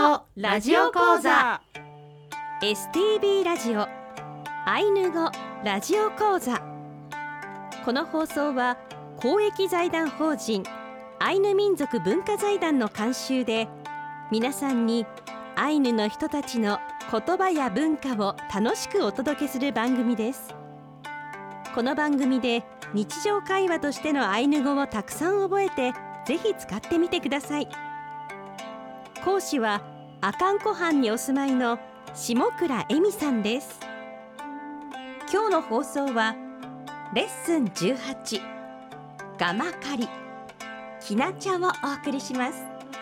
語ラジオ講座 STB ラジオアイヌ語ラジオ講座。この放送は公益財団法人アイヌ民族文化財団の監修で、皆さんにアイヌの人たちの言葉や文化を楽しくお届けする番組です。この番組で日常会話としてのアイヌ語をたくさん覚えて、ぜひ使ってみてください。講師は阿寒湖畔にお住まいの下倉恵美さんです。今日の放送はレッスン18ガマカリきなちゃをお送りします。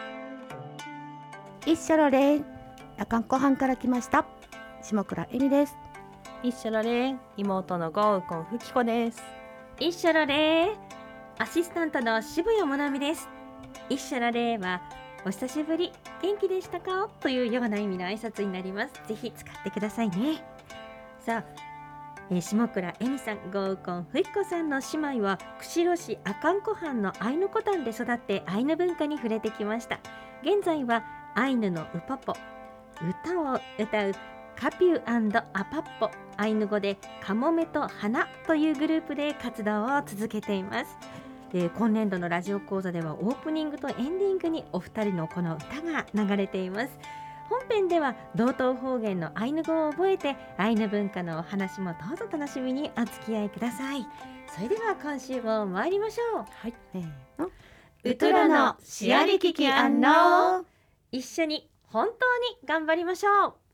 一緒のレン阿寒湖畔から来ました下倉恵美です。 一緒のレン妹のゴウコンフキコです。 一緒のレーアシスタントの渋谷もなみです。一緒のレーはお久しぶり、元気でしたかというような意味の挨拶になります。ぜひ使ってくださいね。さあ、下倉恵美さん、ゴウコンフキコさんの姉妹は釧路市阿寒湖畔のアイヌコタンで育ってアイヌ文化に触れてきました。現在はアイヌのウポポ、歌を歌うカピュー&アパッポ、アイヌ語でカモメと花というグループで活動を続けています。今年度のラジオ講座ではオープニングとエンディングにお二人のこの歌が流れています。本編では道東方言のアイヌ語を覚えて、アイヌ文化のお話もどうぞ楽しみにお付き合いください。それでは今週も参りましょう。 はい。 ウトラのシアリキキアンノー、一緒に本当に頑張りましょう。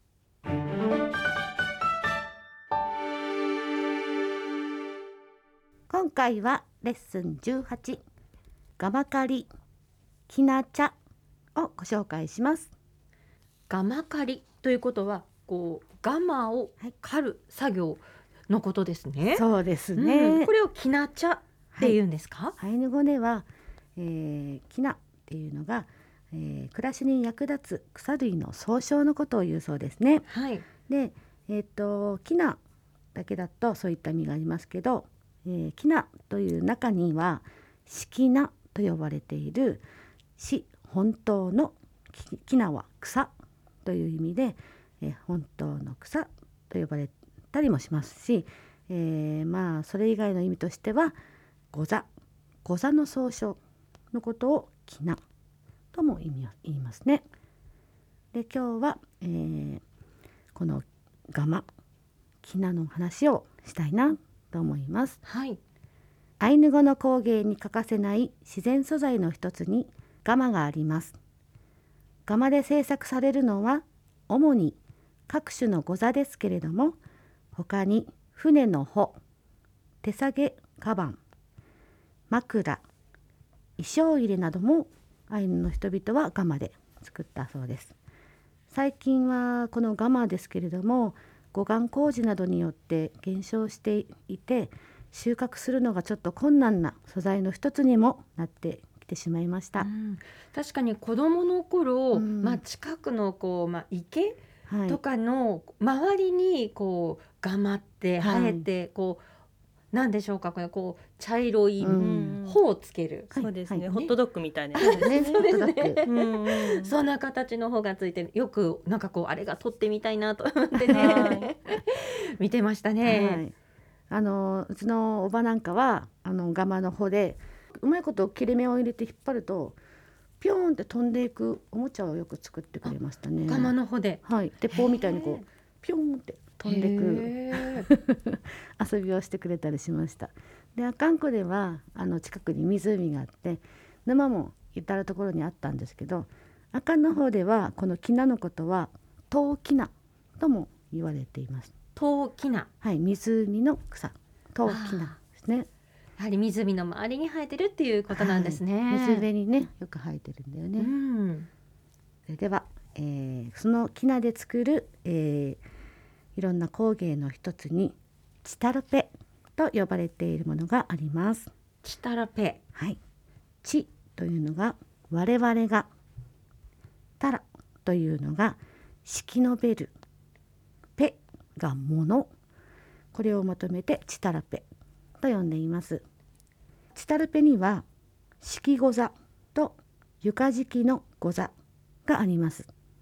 今回はレッスン18ガマカリきなちゃをご紹介します。 ガマ刈りということはガマを刈る作業のことですね。 そうですね、 これをきなちゃって言うんですか？ アイヌ語では、きなっていうのが、暮らしに役立つ草類の総称のことを言うそうですね。 はい。 で、きなだけだとそういった意味がありますけど、きなという中にはしきなと呼ばれている本当のきなは草という意味で、本当の草と呼ばれたりもしますし、それ以外の意味としてはござの総称のことをきなとも言いますね。で、今日は、このガマきなの話をしたいなと思います。 はい。 アイヌ語の工芸に欠かせない自然素材の一つにガマがあります。ガマで制作されるのは主に各種の御座ですけれども、他に船の帆、手提げカバン、枕、衣装入れなどもアイヌの人々はガマで作ったそうです。最近はこのガマですけれども、護岸工事などによって減少していて、収穫するのがちょっと困難な素材の一つにもなってきてしまいました。 確かに子どもの頃、近くの池とかの周りにガマって生えて、なんでしょうか、茶色い穂をつける、 そうですね、ホットドッグみたいなそうですね。 そんな形の穂がついてる、よくあれが取ってみたいなと思ってね見てましたね。 うちのおばなんかはガマの穂でうまいこと切れ目を入れて引っ張るとピョーンって飛んでいくおもちゃをよく作ってくれましたね。 ガマの穂で、 鉄砲みたいにピョーンって飛んでいく遊びをしてくれたりしました。で、阿寒湖では近くに湖があって沼も至る所にあったんですけど、阿寒の方ではこのきなのことはトウキナとも言われています。 トウキナ、 湖の草、トウキナですね。 やはり湖の周りに生えてるっていうことなんですね。 水辺にねよく生えてるんだよね。それでは、そのきなで作る、いろんな工芸の一つにチタルペと呼ばれているものがあります。 チタルペ、 チというのが我々が、タラというのが式のべる、ペがもの、これをまとめてチタラペと呼んでいます。チタルペには敷御座と床敷きの御座があります。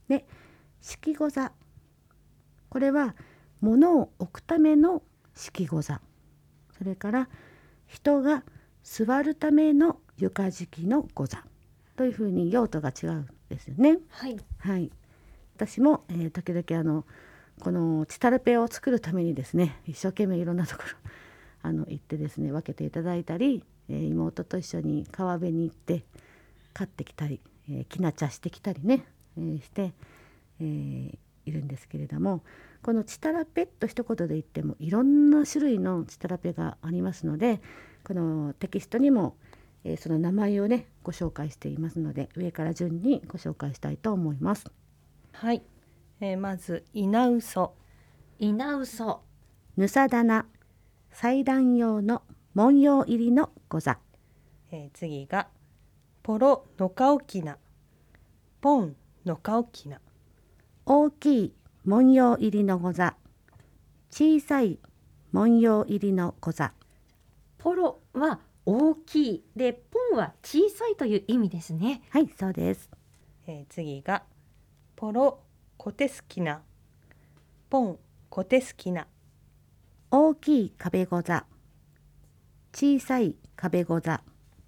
で敷御座、これは物を置くための敷御座、それから人が座るための床敷の御座というふうに用途が違うんですよね。 はいはい、私も、時々このチタルペを作るためにですね、一生懸命いろんなところ行ってですね分けていただいたり、妹と一緒に川辺に行って買ってきたり、きな茶してきたりね、して、いるんですけれども、このチタラペと一言で言ってもいろんな種類のチタラペがありますので、このテキストにも、その名前をねご紹介していますので、上から順にご紹介したいと思います。 はい、まず稲うそ、 稲うそ、 ぬさ棚、祭壇用の文様入りの御座。 次がポロのかおきな、ポンのかおきな、 大きい文様入りの御座、小さい文様入りの御座。 ポロは大きいで、ポンは小さいという意味ですね。 はい、そうです。 次がポロコテスキナ、ポンコテスキナ、 大きい壁御座、小さい壁御座。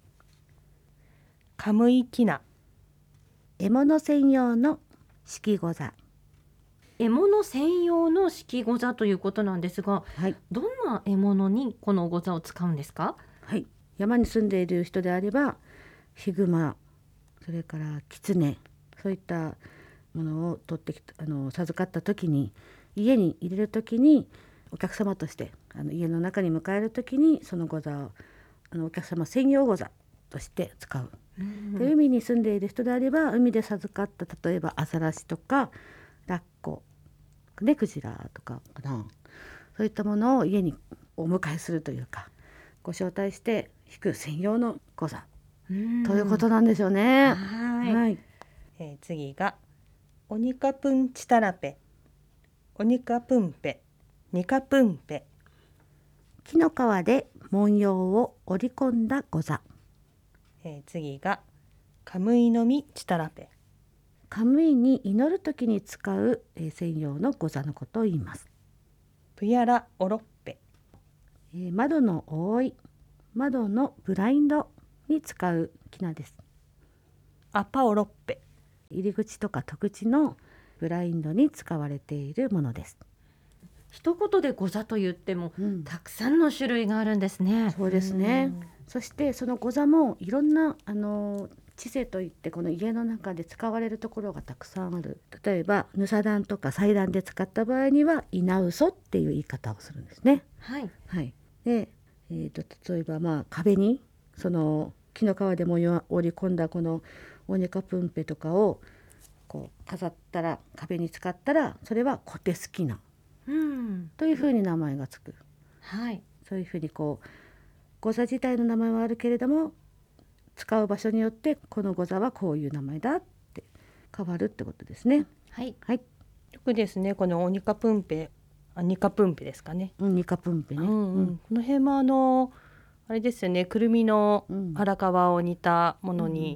カムイキナ、 獲物専用の敷御座。 獲物専用の敷御座ということなんですが、 はい、 どんな獲物にこの御座を使うんですか？ はい、山に住んでいる人であればヒグマ、それからキツネ、そういったものを取ってきた授かった時に、家に入れる時にお客様として家の中に迎える時にその御座をお客様専用御座として使う。で海に住んでいる人であれば海で授かった例えばアザラシとかラッコ、ね、クジラとかかな、そういったものを家にお迎えするというか、ご招待して引く専用の御座ということなんですよね。 はい、 次がオニカプンチタラペ、オニカプンペ、ニカプンペ、 木の皮で文様を織り込んだ御座。 次がカムイの実チタラペ、 カムイに祈る時に使う、専用の御座のことを言います。 プヤラオロッペ、 窓の覆い、窓のブラインドに使う木です。 アパオロッペ、 入り口とか戸口のブラインドに使われているものです。 一言で御座と言っても、 うん、 たくさんの種類があるんですね。 そうですね。そしてその御座もいろんな知性といってこの家の中で使われるところがたくさんある。例えばぬさ壇とか祭壇で使った場合には稲うそっていう言い方をするんですね。 はい、 はい、で、例えば壁にその木の皮で模様を織り込んだこのオニカプンペとかをこう飾ったら、壁に使ったらそれはコテスキナというふうに名前がつく。 はい、 そういうふうにこう御座自体の名前はあるけれども、使う場所によってこの御座はこういう名前だって変わるってことですね。 はい、 はい、 よくですねこのオニカプンペ、ニカプンペですかね、 ニカプンペね、 この辺もあれですよね、くるみの荒皮を煮たものに、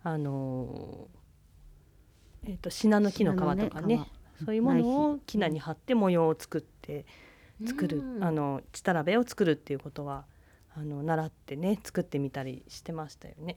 シナの木の皮とかね、そういうものを木菜に貼って模様を作るチタラベを作るっていうことは習ってね作ってみたりしてましたよね。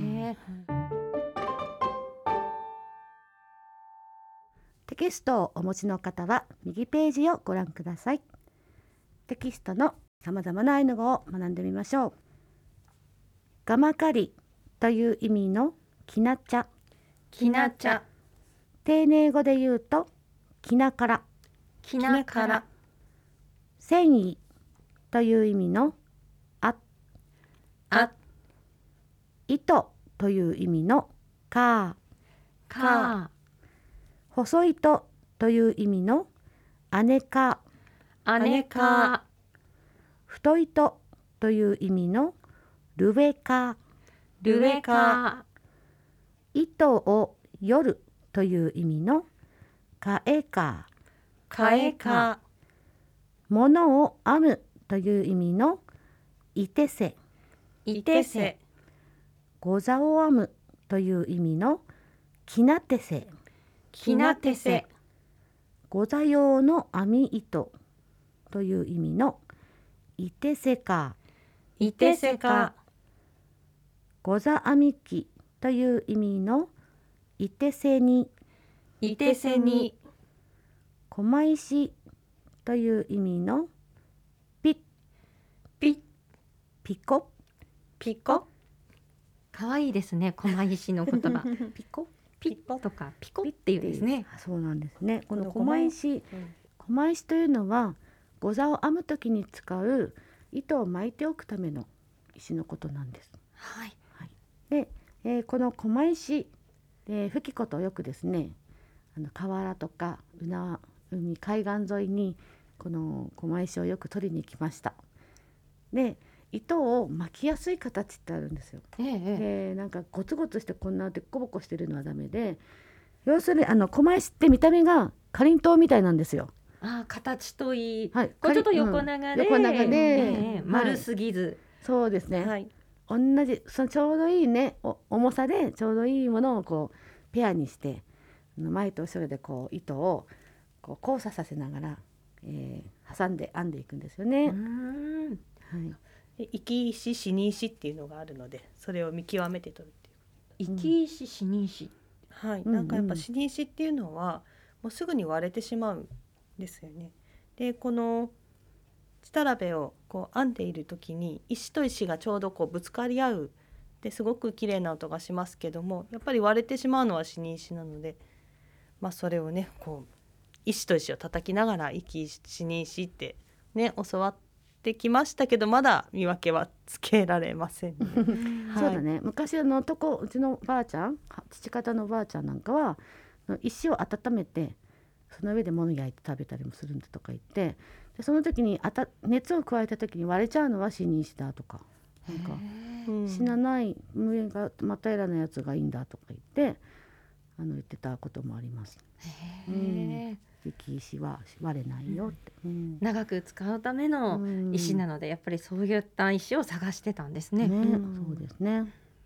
テキストをお持ちの方は右ページをご覧ください。テキストのさまざまなアイヌ語を学んでみましょう。ガマカリという意味のキナチャ、 きな茶、 丁寧語で言うとキナカラ、 きなから繊維という意味のあ、糸という意味のカー、 か細い糸という意味のアネカ、 姉か太い糸という意味のルベカ、 ルエか糸を夜という意味のカエカ、 かえか物を編むという意味のイテセ、 いてせ御座を編むという意味のキナテセ、 きなてせ。 ご座用の編み糸という意味のいてせか。 いてせか。 ご座編み機という意味のいてせに。 いてせに。 狛石という意味のピッピッピコピコ。かわいいですね、狛石の言葉。 ピコピッとかピコっていうですね。 あ、そうなんですね。このこの狛石、狛石というのはご座を編むときに使う糸を巻いておくための石のことなんです。 はい。 で、この狛石、吹き子とよくですね、河原とか海海岸沿いにこの狛石をよく取りに行きました。で、糸を巻きやすい形ってあるんですよ。なんかゴツゴツしてこんなでっこぼこしてるのはダメで、要するに狛石って見た目がかりんとうみたいなんですよ。 形といい、 はい、 これちょっと横長で、 横長で、 丸すぎず、 そうですね、 はい、 同じそのちょうどいいね重さでちょうどいいものをこうペアにして前と後ろでこう糸をこう交差させながら、挟んで編んでいくんですよね。はい、 で生き石死に石っていうのがあるので、それを見極めて取るっていう。 生き石死に石。 はい、なんかやっぱ死に石っていうのはもうすぐに割れてしまうんですよね。でこのチタラベをこう編んでいる時に石と石がちょうどこうぶつかり合うですごく綺麗な音がしますけども、やっぱり割れてしまうのは死に石なので、それをねこう石と石を叩きながら生き石死に石ってね教わってきましたけど、まだ見分けはつけられませんね。 そうだね、昔うちのばあちゃん、父方のばあちゃんなんかは石を温めてその上で物焼いて食べたりもするんだとか言って、でその時に熱を加えた時に割れちゃうのは死に石だとか、なんか死なない上が真っ平らなやつがいいんだとか言って言ってたこともあります。生き石は割れないよって、 長く使うための石なので、やっぱりそういった石を探してたんですね。 そうですね。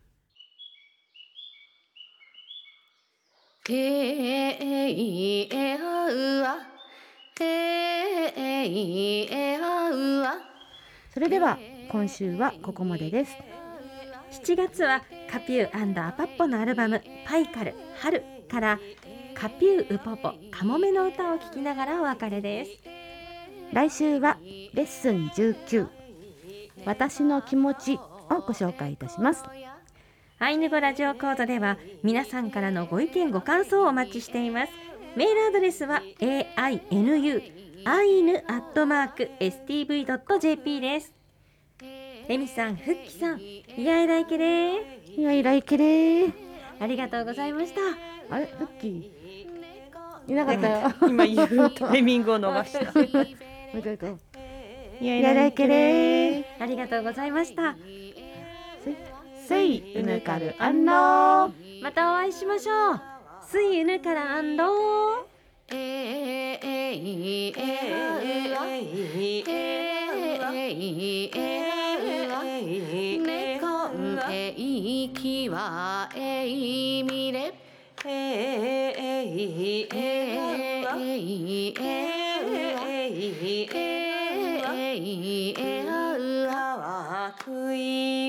それでは今週はここまでです。 7月はカピュー&アパッポのアルバムパイカル春からカピューウポポカモメの歌を聴きながらお別れです。 来週はレッスン19私の気持ちをご紹介いたします。 アイヌ語ラジオ講座では皆さんからのご意見ご感想をお待ちしています。メールアドレスは ainu@stv.jp です。レミさん、フッキさん、イヤイライケレー。 いやいらいけれー。 ありがとうございました。 あれフッキーいなかったよ。 今言うタイミングを逃した。 もう一回行こう。 いいやいらいけれー。 ありがとうございました。 せいうぬかるあんのー。 またお会いしましょう。すいうぬからあんどー。 猫えいきはえいみれかわくい